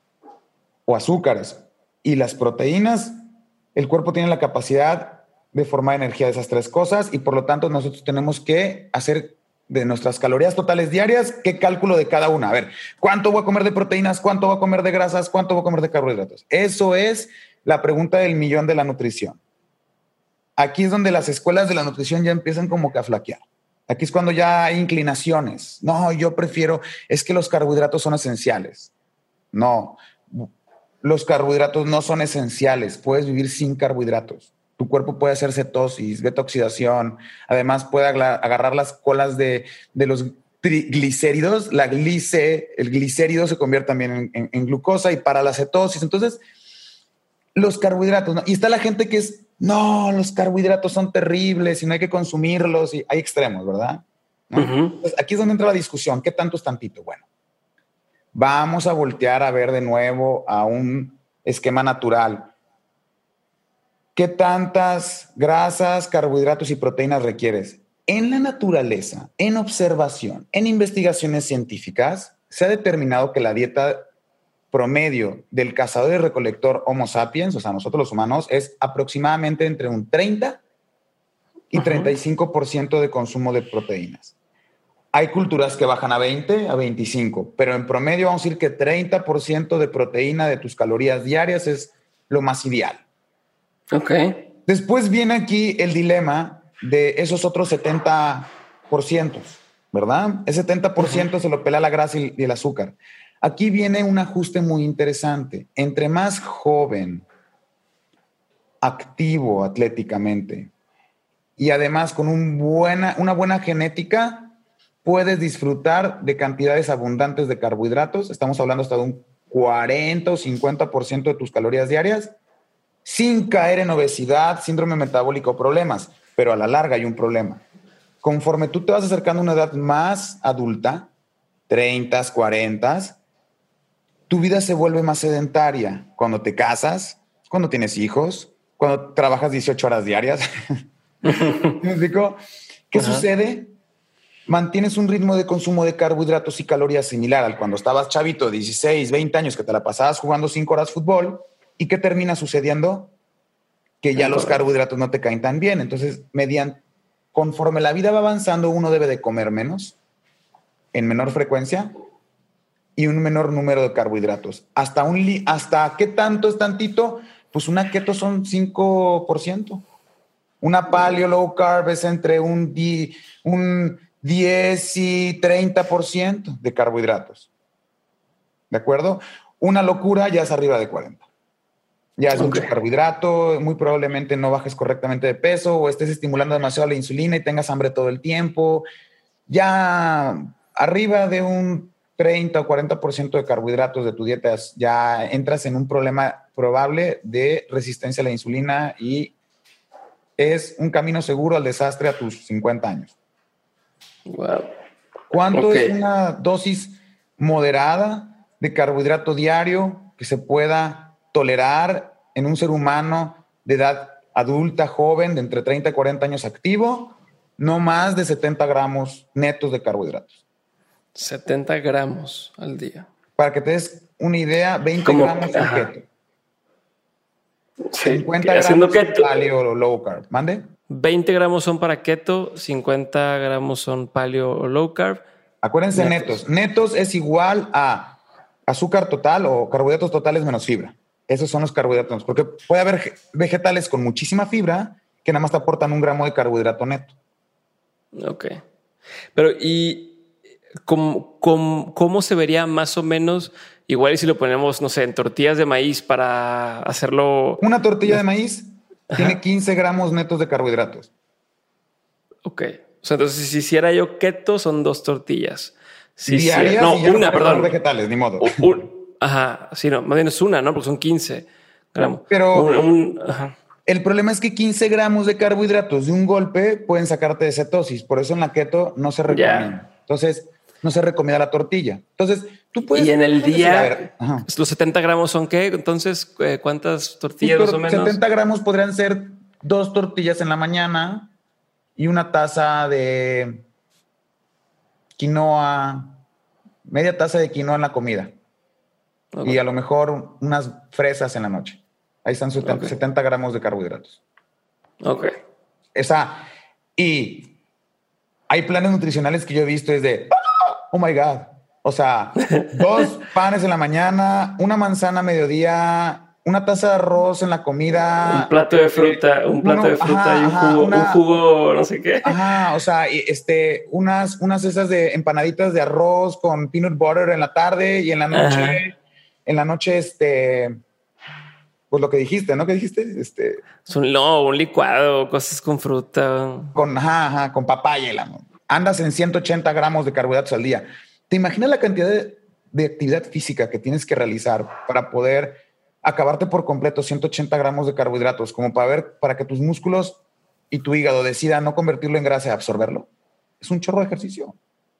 o azúcares y las proteínas, el cuerpo tiene la capacidad de formar energía de esas tres cosas y por lo tanto nosotros tenemos que hacer de nuestras calorías totales diarias, ¿qué cálculo de cada una? A ver, ¿cuánto voy a comer de proteínas? ¿Cuánto voy a comer de grasas? ¿Cuánto voy a comer de carbohidratos? Eso es la pregunta del millón de la nutrición. Aquí es donde las escuelas de la nutrición ya empiezan como que a flaquear. Aquí es cuando ya hay inclinaciones. No, yo prefiero, es que los carbohidratos son esenciales. No, los carbohidratos no son esenciales. Puedes vivir sin carbohidratos. Tu cuerpo puede hacer cetosis, beta-oxidación. Además, puede agarrar las colas de, de los glicéridos. La glice, el glicérido se convierte también en, en, en glucosa y para la cetosis. Entonces, los carbohidratos, ¿no? Y está la gente que es, no, los carbohidratos son terribles y no hay que consumirlos. Y hay extremos, ¿verdad? ¿no? Uh-huh. Entonces, aquí es donde entra la discusión. ¿Qué tanto es tantito? Bueno, vamos a voltear a ver de nuevo a un esquema natural. ¿Qué tantas grasas, carbohidratos y proteínas requieres? En la naturaleza, en observación, en investigaciones científicas, se ha determinado que la dieta promedio del cazador y recolector Homo sapiens, o sea, nosotros los humanos, es aproximadamente entre un treinta y treinta y cinco por ciento de consumo de proteínas. Hay culturas que bajan a veinte, a veinticinco, pero en promedio vamos a decir que treinta por ciento de proteína de tus calorías diarias es lo más ideal. Ok. Después viene aquí el dilema de esos otros setenta por ciento, ¿verdad? El setenta por ciento uh-huh. se lo pela la grasa y el azúcar. Aquí viene un ajuste muy interesante. Entre más joven, activo atléticamente y además con un buena, una buena genética, puedes disfrutar de cantidades abundantes de carbohidratos. Estamos hablando hasta de un cuarenta o cincuenta por ciento de tus calorías diarias, sin caer en obesidad, síndrome metabólico o problemas. Pero a la larga hay un problema. Conforme tú te vas acercando a una edad más adulta, treinta, cuarenta, tu vida se vuelve más sedentaria. Cuando te casas, cuando tienes hijos, cuando trabajas dieciocho horas diarias. ¿Me explico? ¿Qué uh-huh. sucede? Mantienes un ritmo de consumo de carbohidratos y calorías similar al cuando estabas chavito, dieciséis, veinte años, que te la pasabas jugando cinco horas fútbol. ¿Y qué termina sucediendo? Que ya los carbohidratos no te caen tan bien. Entonces, mediante, conforme la vida va avanzando, uno debe de comer menos, en menor frecuencia y un menor número de carbohidratos. ¿Hasta, un li- hasta qué tanto es tantito? Pues una keto son cinco por ciento. Una paleo low carb es entre un, di- un diez y treinta por ciento de carbohidratos. ¿De acuerdo? Una locura ya es arriba de cuarenta. Ya es okay. mucho carbohidrato, muy probablemente no bajes correctamente de peso o estés estimulando demasiado la insulina y tengas hambre todo el tiempo. Ya arriba de un treinta o cuarenta por ciento de carbohidratos de tu dieta ya entras en un problema probable de resistencia a la insulina y es un camino seguro al desastre a tus cincuenta años. Wow. ¿Cuánto okay. es una dosis moderada de carbohidrato diario que se pueda tolerar en un ser humano de edad adulta, joven, de entre treinta y cuarenta años activo? No más de setenta gramos netos de carbohidratos. setenta gramos al día. Para que te des una idea, veinte gramos en keto. Sí, cincuenta haciendo gramos keto. paleo o low carb. ¿Mande? veinte gramos son para keto, cincuenta gramos son paleo o low carb. Acuérdense netos. Netos, netos es igual a azúcar total o carbohidratos totales menos fibra. Esos son los carbohidratos. Porque puede haber vegetales con muchísima fibra que nada más te aportan un gramo de carbohidrato neto. Ok. Pero ¿y cómo, cómo, cómo se vería más o menos? Igual si lo ponemos, no sé, en tortillas de maíz para hacerlo... Una tortilla de maíz Ajá. tiene quince gramos netos de carbohidratos. Ok. O sea, entonces si hiciera yo keto son dos tortillas. Si diarias hiciera, no, y ya una, no perdón. vegetales, ni modo. Un, ajá, sí, no, más bien es una, ¿no? Porque son quince gramos. Pero un, un, ajá. el problema es que quince gramos de carbohidratos de un golpe pueden sacarte de cetosis. Por eso en la keto no se recomienda. Yeah. Entonces, no se recomienda la tortilla. Entonces, tú puedes... Y en el día, los setenta gramos son ¿qué? Entonces, ¿cuántas tortillas sí, más o menos? setenta gramos podrían ser dos tortillas en la mañana y una taza de quinoa, media taza de quinoa en la comida. Okay. Y a lo mejor unas fresas en la noche. Ahí están setenta, okay. setenta gramos de carbohidratos. Ok. Esa. Y hay planes nutricionales que yo he visto es de, oh my God. O sea, dos panes en la mañana, una manzana a mediodía, una taza de arroz en la comida. Un plato de fruta, un plato uno, de fruta ajá, y un jugo, una, un jugo, no sé qué. Ajá, o sea, este, unas, unas esas de empanaditas de arroz con peanut butter en la tarde y en la noche, ajá. en la noche, este, pues lo que dijiste, ¿no? ¿Qué dijiste? Este, es un, no, un licuado, cosas con fruta. Con, ajá, ajá, con papaya. La, andas en ciento ochenta gramos de carbohidratos al día. ¿Te imaginas la cantidad de, de actividad física que tienes que realizar para poder acabarte por completo ciento ochenta gramos de carbohidratos, como para ver, para que tus músculos y tu hígado decidan no convertirlo en grasa y absorberlo? es un chorro de ejercicio.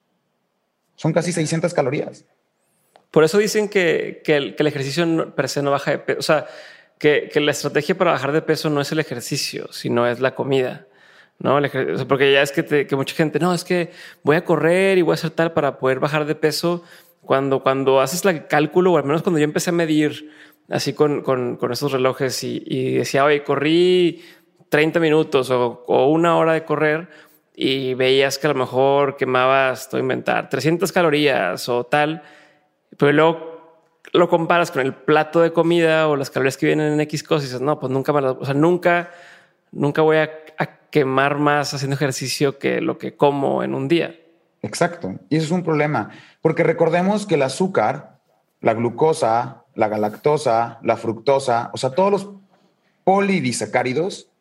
Son casi seiscientas calorías. Por eso dicen que, que, el, que el ejercicio no, per se no baja de peso. O sea, que, que la estrategia para bajar de peso no es el ejercicio, sino es la comida. ¿No? O sea, porque ya es que, te, que mucha gente, no, es que voy a correr y voy a hacer tal para poder bajar de peso. Cuando, cuando haces el cálculo, o al menos cuando yo empecé a medir así con, con, con esos relojes y, y decía, oye, corrí treinta minutos o, o una hora de correr y veías que a lo mejor quemabas, estoy a inventar, trescientas calorías o tal, pero luego lo comparas con el plato de comida o las calorías que vienen en X cosas y dices, no, pues nunca me las, o sea, nunca, nunca voy a, a quemar más haciendo ejercicio que lo que como en un día. Exacto. Y eso es un problema, porque recordemos que el azúcar, la glucosa, la galactosa, la fructosa, o sea, todos los polidisacáridos,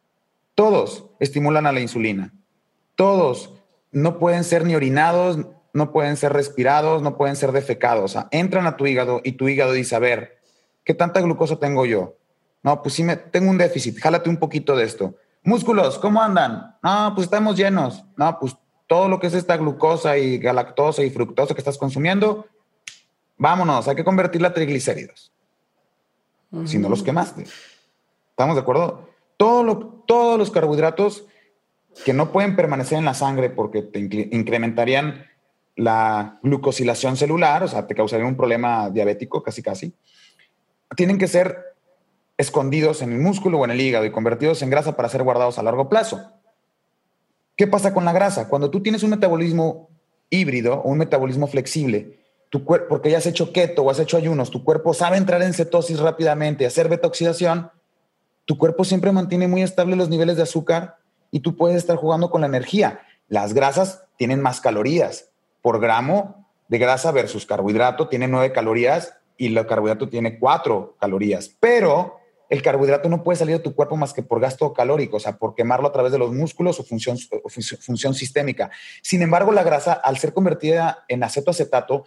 todos estimulan a la insulina. Todos no pueden ser ni orinados, no pueden ser respirados, no pueden ser defecados. O sea, entran a tu hígado y tu hígado dice, a ver, ¿qué tanta glucosa tengo yo? No, pues sí, me, tengo un déficit, jálate un poquito de esto. Músculos, ¿cómo andan? No, pues estamos llenos. No, pues todo lo que es esta glucosa y galactosa y fructosa que estás consumiendo, vámonos, hay que convertirla a triglicéridos. Uh-huh. Si no los quemaste. ¿Estamos de acuerdo? Todo lo, todos los carbohidratos que no pueden permanecer en la sangre porque te incrementarían la glucosilación celular, o sea, te causarían un problema diabético casi casi, tienen que ser escondidos en el músculo o en el hígado y convertidos en grasa para ser guardados a largo plazo. ¿Qué pasa con la grasa? Cuando tú tienes un metabolismo híbrido o un metabolismo flexible, tu cuerpo, porque ya has hecho keto o has hecho ayunos, tu cuerpo sabe entrar en cetosis rápidamente y hacer beta-oxidación, tu cuerpo siempre mantiene muy estable los niveles de azúcar y tú puedes estar jugando con la energía. Las grasas tienen más calorías. Por gramo de grasa versus carbohidrato tiene nueve calorías y el carbohidrato tiene cuatro calorías. Pero el carbohidrato no puede salir de tu cuerpo más que por gasto calórico, o sea, por quemarlo a través de los músculos o función, o función sistémica. Sin embargo, la grasa, al ser convertida en acetoacetato,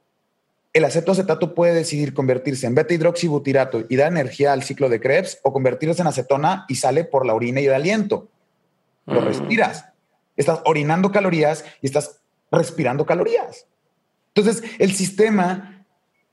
el acetoacetato puede decidir convertirse en beta-hidroxibutirato y dar energía al ciclo de Krebs o convertirse en acetona y sale por la orina y el aliento. Lo mm. respiras. Estás orinando calorías y estás respirando calorías. Entonces, el sistema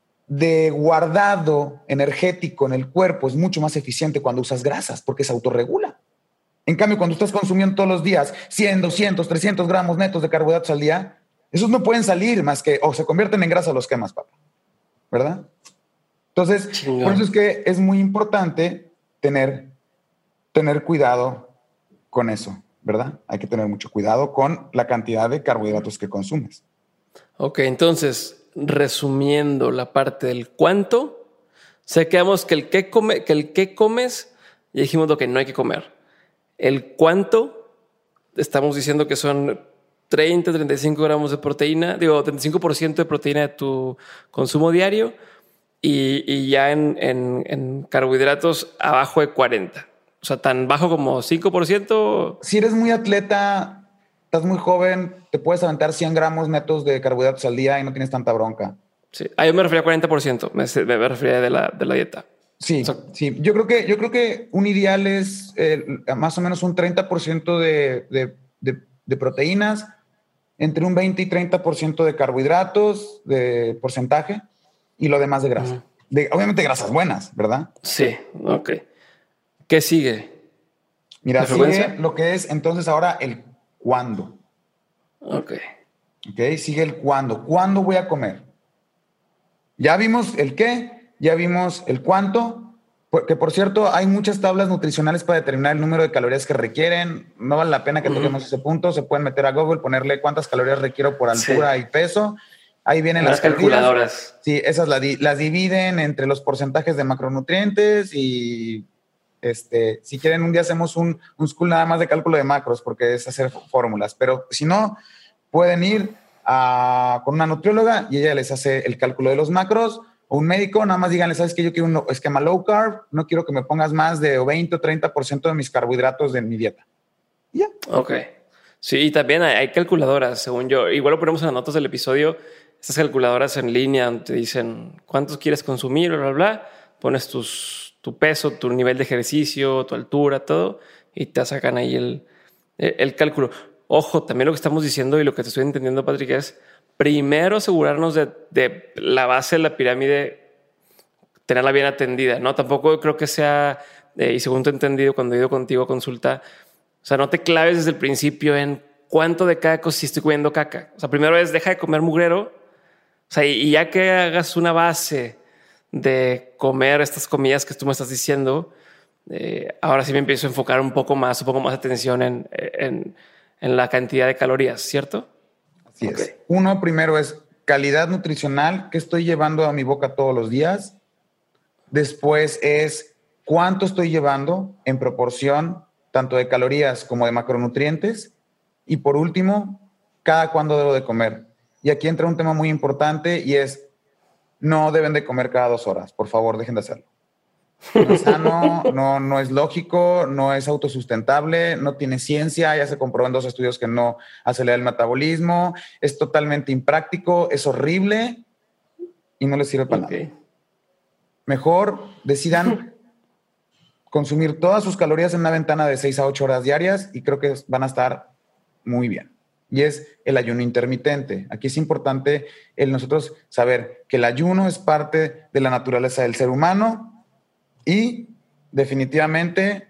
de guardado energético en el cuerpo es mucho más eficiente cuando usas grasas porque se autorregula. En cambio, cuando estás consumiendo todos los días cien, doscientos, trescientos gramos netos de carbohidratos al día, esos no pueden salir más que o se convierten en grasa o los quemas, papá. ¿Verdad? Entonces, Chingón. Por eso es que es muy importante tener, tener cuidado con eso, ¿verdad? Hay que tener mucho cuidado con la cantidad de carbohidratos que consumes. Ok, entonces, resumiendo la parte del cuánto, se quedamos que el qué come, que el qué comes, ya dijimos lo que no hay que comer. El cuánto, estamos diciendo que son treinta, treinta y cinco gramos de proteína, digo, treinta y cinco por ciento de proteína de tu consumo diario y, y ya en, en, en carbohidratos abajo de cuarenta. O sea, tan bajo como cinco por ciento. Si eres muy atleta, estás muy joven, te puedes aventar cien gramos netos de carbohidratos al día y no tienes tanta bronca. Sí, ah, yo me refería a cuarenta por ciento, me, me refería de la, de la dieta. Sí, o sea, sí. Yo creo que, yo creo que un ideal es eh, más o menos un treinta por ciento de, de, de, de proteínas, entre un veinte y treinta por ciento de carbohidratos, de porcentaje, y lo demás de grasa. Uh-huh. De, obviamente grasas buenas, ¿verdad? Sí, ok. ¿Qué sigue? Mira, sigue lo que es entonces ahora el cuándo. Ok. Ok, sigue el cuándo. ¿Cuándo voy a comer? Ya vimos el qué, ya vimos el cuánto, que por cierto hay muchas tablas nutricionales para determinar el número de calorías que requieren. No vale la pena que toquemos uh-huh. ese punto. Se pueden meter a Google, ponerle cuántas calorías requiero por altura sí. y peso. Ahí vienen las, las calculadoras. Sí, esas las, las dividen entre los porcentajes de macronutrientes y este, si quieren un día hacemos un, un school nada más de cálculo de macros porque es hacer fórmulas. Pero si no, pueden ir a, con una nutrióloga y ella les hace el cálculo de los macros. O un médico, nada más díganle, ¿sabes qué? Yo quiero un esquema low carb, no quiero que me pongas más de veinte o treinta por ciento de mis carbohidratos de mi dieta. Ya. Yeah. Ok. Sí, y también hay, hay calculadoras, según yo. Igual lo ponemos en las notas del episodio. Estas calculadoras en línea donde te dicen cuántos quieres consumir, bla, bla, bla. Pones tus, tu peso, tu nivel de ejercicio, tu altura, todo, y te sacan ahí el, el cálculo. ojo, también lo que estamos diciendo y lo que te estoy entendiendo, Patrick, es primero asegurarnos de, de la base de la pirámide, tenerla bien atendida, ¿no? Tampoco creo que sea, eh, y según te he entendido cuando he ido contigo a consulta, o sea, no te claves desde el principio en cuánto de cada cosa si estoy comiendo caca. O sea, primero es deja de comer mugrero, o sea, y, y ya que hagas una base de comer estas comidas que tú me estás diciendo, eh, ahora sí me empiezo a enfocar un poco más, un poco más atención en, en, en la cantidad de calorías, ¿cierto? Así okay. es. Uno, primero es calidad nutricional, ¿qué estoy llevando a mi boca todos los días? Después es cuánto estoy llevando en proporción, tanto de calorías como de macronutrientes. Y por último, cada cuándo debo de comer. Y aquí entra un tema muy importante y es, no deben de comer cada dos horas. Por favor, dejen de hacerlo. No es sano, no, no es lógico, no es autosustentable, no tiene ciencia. Ya se comprobó en dos estudios que no acelera el metabolismo. Es totalmente impráctico, es horrible y no les sirve para okay. nada. Mejor decidan consumir todas sus calorías en una ventana de seis a ocho horas diarias y creo que van a estar muy bien. Y es el ayuno intermitente. Aquí es importante el nosotros saber que el ayuno es parte de la naturaleza del ser humano y definitivamente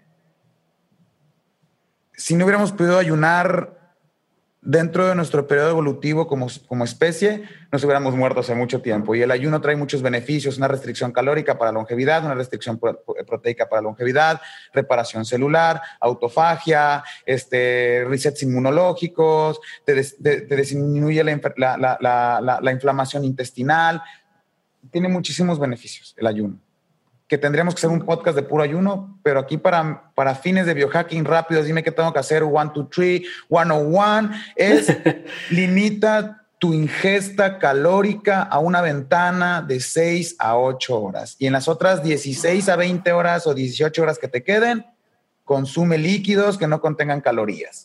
si no hubiéramos podido ayunar dentro de nuestro periodo evolutivo como, como especie, nos hubiéramos muerto hace mucho tiempo. Y el ayuno trae muchos beneficios, una restricción calórica para longevidad, una restricción pro, proteica para longevidad, reparación celular, autofagia, este, resets inmunológicos, te, des, te, te disminuye la, la, la, la, la inflamación intestinal. Tiene muchísimos beneficios el ayuno. Que tendríamos que hacer un podcast de puro ayuno, pero aquí para, para fines de biohacking rápidos, dime qué tengo que hacer, one, two, three, one oh one, es limita tu ingesta calórica a una ventana de seis a ocho horas. Y en las otras dieciséis a veinte horas o dieciocho horas que te queden, consume líquidos que no contengan calorías.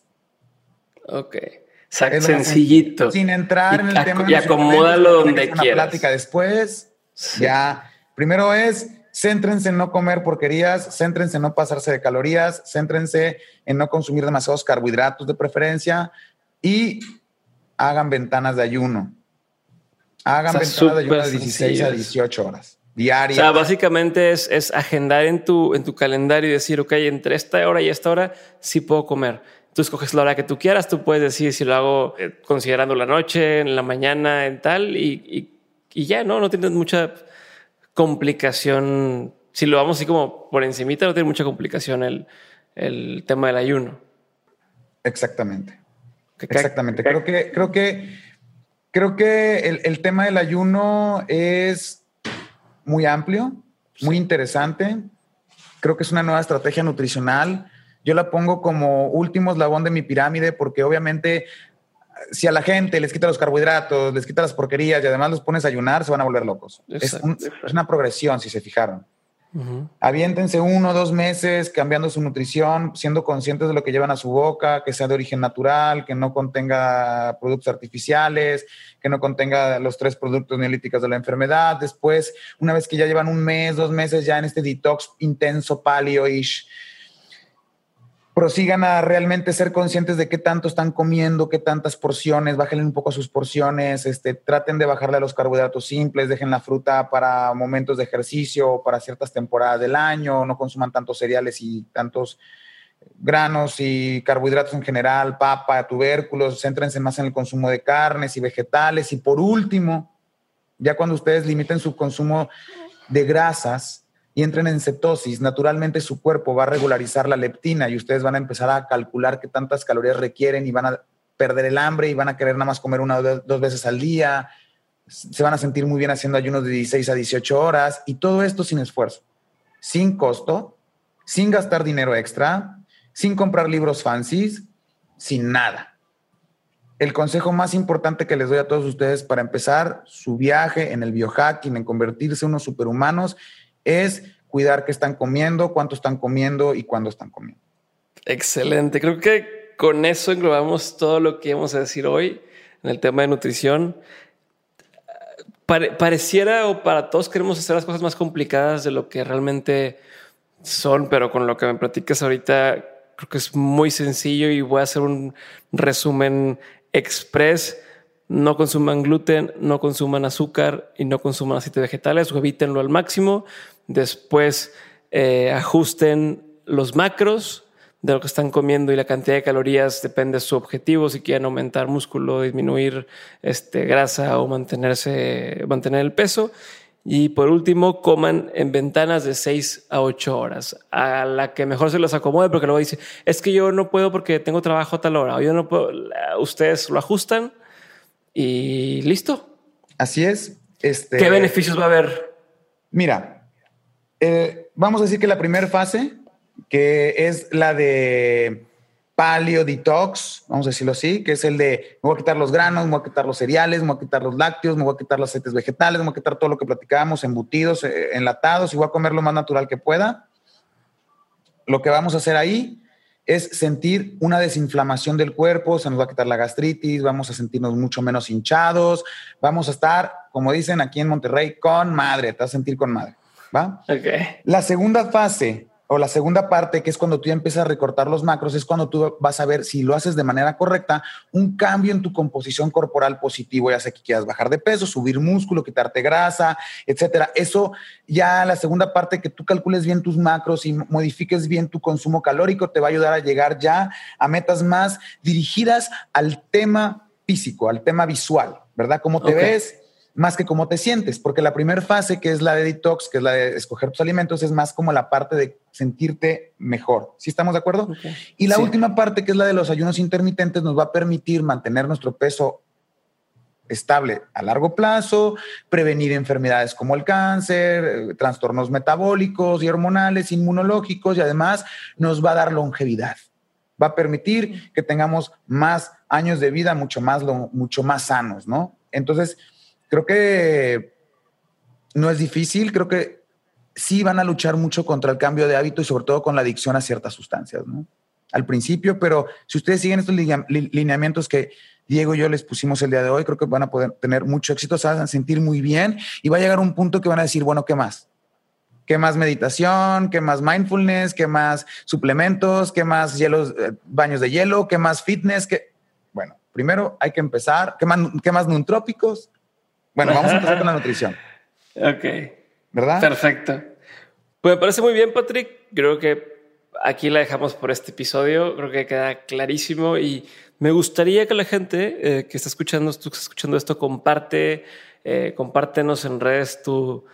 Ok. Exacto, sencillito. Sin entrar y en el ac- tema. Y acomódalo donde una quieras. Plática después. Sí. Ya. Primero es... Céntrense en no comer porquerías, céntrense en no pasarse de calorías, céntrense en no consumir demasiados carbohidratos de preferencia y hagan ventanas de ayuno. Hagan o sea, ventanas de ayuno de dieciséis a dieciocho horas diarias. O sea, básicamente es, es agendar en tu, en tu calendario y decir, ok, entre esta hora y esta hora sí puedo comer. Tú escoges la hora que tú quieras, tú puedes decir si lo hago eh, considerando la noche, en la mañana, en tal, y, y, y ya, ¿no? No tienes mucha... complicación, si lo vamos así como por encimita, no tiene mucha complicación el, el tema del ayuno. Exactamente. ¿Qué, Exactamente. Qué, creo que, creo que, creo que el, el tema del ayuno es muy amplio, sí. muy interesante. Creo que es una nueva estrategia nutricional. Yo la pongo como último eslabón de mi pirámide porque obviamente si a la gente les quita los carbohidratos, les quita las porquerías y además los pones a ayunar, se van a volver locos. Exacto, es, un, es una progresión, si se fijaron. Uh-huh. Aviéntense uno o dos meses cambiando su nutrición, siendo conscientes de lo que llevan a su boca, que sea de origen natural, que no contenga productos artificiales, que no contenga los tres productos neolíticos de la enfermedad. Después, una vez que ya llevan un mes, dos meses ya en este detox intenso, paleo-ish, prosigan a realmente ser conscientes de qué tanto están comiendo, qué tantas porciones, bájenle un poco a sus porciones, este, traten de bajarle a los carbohidratos simples, dejen la fruta para momentos de ejercicio, para ciertas temporadas del año, no consuman tantos cereales y tantos granos y carbohidratos en general, papa, tubérculos, céntrense más en el consumo de carnes y vegetales. Y por último, ya cuando ustedes limiten su consumo de grasas, y entren en cetosis, naturalmente su cuerpo va a regularizar la leptina y ustedes van a empezar a calcular qué tantas calorías requieren y van a perder el hambre y van a querer nada más comer una o dos veces al día. Se van a sentir muy bien haciendo ayunos de dieciséis a dieciocho horas y todo esto sin esfuerzo, sin costo, sin gastar dinero extra, sin comprar libros fancies, sin nada. El consejo más importante que les doy a todos ustedes para empezar su viaje en el biohacking, en convertirse en unos superhumanos, es cuidar qué están comiendo, cuánto están comiendo y cuándo están comiendo. Excelente. Creo que con eso englobamos todo lo que íbamos a decir hoy en el tema de nutrición. Pare- pareciera o para todos queremos hacer las cosas más complicadas de lo que realmente son, pero con lo que me platicas ahorita Creo que es muy sencillo y voy a hacer un resumen express. No consuman gluten, no consuman azúcar y no consuman aceites vegetales o evítenlo al máximo. Después eh, ajusten los macros de lo que están comiendo y la cantidad de calorías depende de su objetivo. Si quieren aumentar músculo, disminuir este, grasa o mantenerse, mantener el peso. Y por último, coman en ventanas de seis a ocho horas, a la que mejor se los acomode, porque luego dice, es que yo no puedo porque tengo trabajo a tal hora, o yo no puedo. Ustedes lo ajustan y listo. Así es. Este, ¿Qué beneficios va a haber? Mira, eh, vamos a decir que la primera fase, que es la de paleo detox, vamos a decirlo así, que es el de me voy a quitar los granos, me voy a quitar los cereales, me voy a quitar los lácteos, me voy a quitar los aceites vegetales, me voy a quitar todo lo que platicábamos, embutidos, eh, enlatados, y voy a comer lo más natural que pueda. Lo que vamos a hacer ahí es sentir una desinflamación del cuerpo, se nos va a quitar la gastritis, vamos a sentirnos mucho menos hinchados, vamos a estar, como dicen aquí en Monterrey, con madre, te vas a sentir con madre, ¿va? Okay. La segunda fase o la segunda parte, que es cuando tú ya empiezas a recortar los macros, es cuando tú vas a ver, si lo haces de manera correcta, un cambio en tu composición corporal positivo, ya sea que quieras bajar de peso, subir músculo, quitarte grasa, etcétera. Eso ya la segunda parte, que tú calcules bien tus macros y modifiques bien tu consumo calórico, te va a ayudar a llegar ya a metas más dirigidas al tema físico, al tema visual, ¿verdad? Cómo te okay. ves, más que cómo te sientes, porque la primera fase, que es la de detox, que es la de escoger tus alimentos, es más como la parte de sentirte mejor. ¿Sí estamos de acuerdo? Okay. Y la sí. última parte, que es la de los ayunos intermitentes, nos va a permitir mantener nuestro peso estable a largo plazo, prevenir enfermedades como el cáncer, eh, trastornos metabólicos y hormonales, inmunológicos, y además nos va a dar longevidad. Va a permitir que tengamos más años de vida, mucho más, mucho más sanos, ¿no? Entonces, creo que no es difícil, creo que sí van a luchar mucho contra el cambio de hábito y sobre todo con la adicción a ciertas sustancias, ¿no? Al principio, pero si ustedes siguen estos lineamientos que Diego y yo les pusimos el día de hoy, creo que van a poder tener mucho éxito, se van a sentir muy bien y va a llegar un punto que van a decir, bueno, ¿qué más? ¿Qué más meditación? ¿Qué más mindfulness? ¿Qué más suplementos? ¿Qué más hielos, eh, baños de hielo? ¿Qué más fitness? ¿Qué? Bueno, primero hay que empezar. ¿Qué más, qué más nutrópicos? Bueno, vamos a empezar con la nutrición. Ok. ¿Verdad? Perfecto. Pues me parece muy bien, Patrick. Creo que aquí la dejamos por este episodio. Creo que queda clarísimo y me gustaría que la gente eh, que está escuchando, tú que estás escuchando esto, comparte, eh, compártenos en redes tu,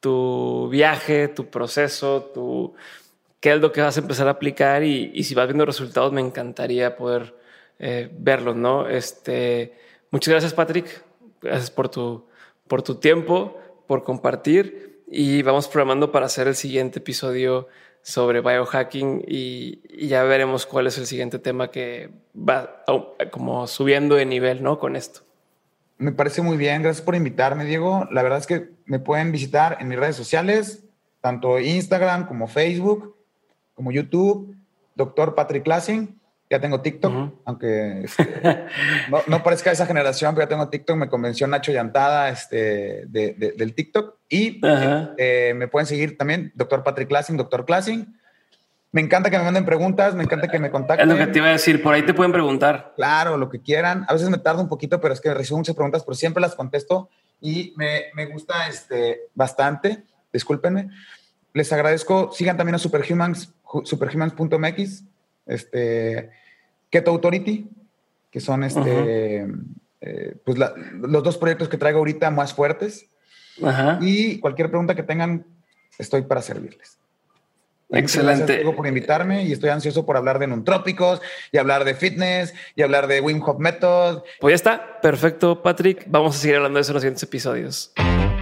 tu viaje, tu proceso, tu, qué es lo que vas a empezar a aplicar y, y si vas viendo resultados, me encantaría poder eh, verlos, ¿no? Este, muchas gracias, Patrick. Gracias por tu, por tu tiempo, por compartir y vamos programando para hacer el siguiente episodio sobre biohacking y, y ya veremos cuál es el siguiente tema que va como subiendo de nivel, ¿no? Con esto. Me parece muy bien. Gracias por invitarme, Diego. La verdad es que me pueden visitar en mis redes sociales, tanto Instagram como Facebook, como YouTube, doctor Patrick Classing. Ya tengo TikTok, uh-huh. aunque este, no, no parezca esa generación, pero ya tengo TikTok. Me convenció Nacho Llantada este, de, de, del TikTok. Y uh-huh. eh, me pueden seguir también, doctor Patrick Classing, doctor Classing. Me encanta que me manden preguntas, me encanta que me contacten. Es lo que te iba a decir, por ahí te pueden preguntar. Claro, lo que quieran. A veces me tarda un poquito, pero es que recibo muchas preguntas, pero siempre las contesto y me, me gusta este, bastante. Discúlpenme. Les agradezco. Sigan también a Superhumans, superhumans punto m x. Este, Keto Authority, que son este, uh-huh. eh, pues la, los dos proyectos que traigo ahorita más fuertes. Uh-huh. Y cualquier pregunta que tengan, estoy para servirles. Excelente. Gracias, Diego, por invitarme y estoy ansioso por hablar de nutrópicos y hablar de fitness y hablar de Wim Hof Method. Pues ya está. Perfecto, Patrick. Vamos a seguir hablando de eso en los siguientes episodios.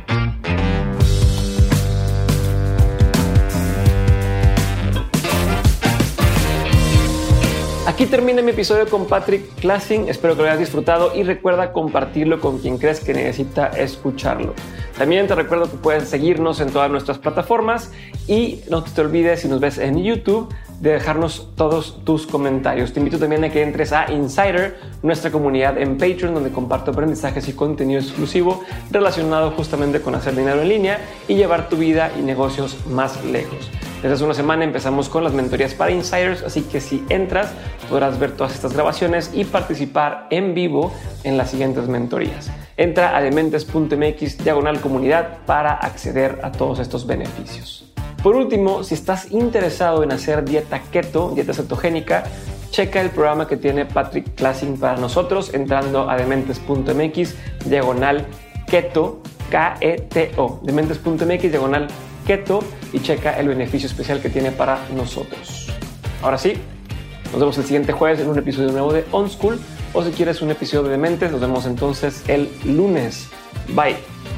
Aquí termina mi episodio con Patrick Classing. Espero que lo hayas disfrutado y recuerda compartirlo con quien crees que necesita escucharlo. También te recuerdo que puedes seguirnos en todas nuestras plataformas y no te olvides, si nos ves en YouTube, de dejarnos todos tus comentarios. Te invito también a que entres a Insider, nuestra comunidad en Patreon, donde comparto aprendizajes y contenido exclusivo relacionado justamente con hacer dinero en línea y llevar tu vida y negocios más lejos. Desde hace una semana empezamos con las mentorías para insiders, así que si entras podrás ver todas estas grabaciones y participar en vivo en las siguientes mentorías. Entra a dementes punto m x diagonal comunidad para acceder a todos estos beneficios. Por último, si estás interesado en hacer dieta keto, dieta cetogénica, checa el programa que tiene Patrick Classing para nosotros entrando a dementes punto m x diagonal keto, K E T O, dementes punto m x diagonal keto y checa el beneficio especial que tiene para nosotros. Ahora sí, nos vemos el siguiente jueves en un episodio nuevo de On School, o si quieres un episodio de Dementes, nos vemos entonces el lunes. Bye.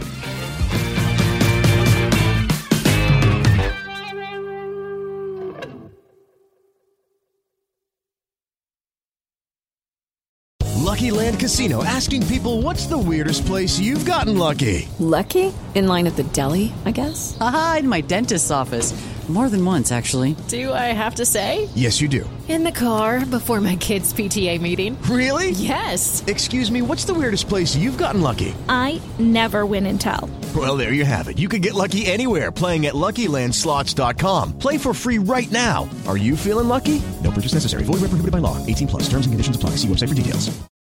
Lucky Land Casino, asking people, what's the weirdest place you've gotten lucky? Lucky? In line at the deli, I guess? Aha, in my dentist's office. More than once, actually. Do I have to say? Yes, you do. In the car before my kids' P T A meeting. Really? Yes. Excuse me, what's the weirdest place you've gotten lucky? I never win and tell. Well, there you have it. You can get lucky anywhere, playing at lucky land slots dot com. Play for free right now. Are you feeling lucky? No purchase necessary. Void where prohibited by law. eighteen plus. Terms and conditions apply. See website for details.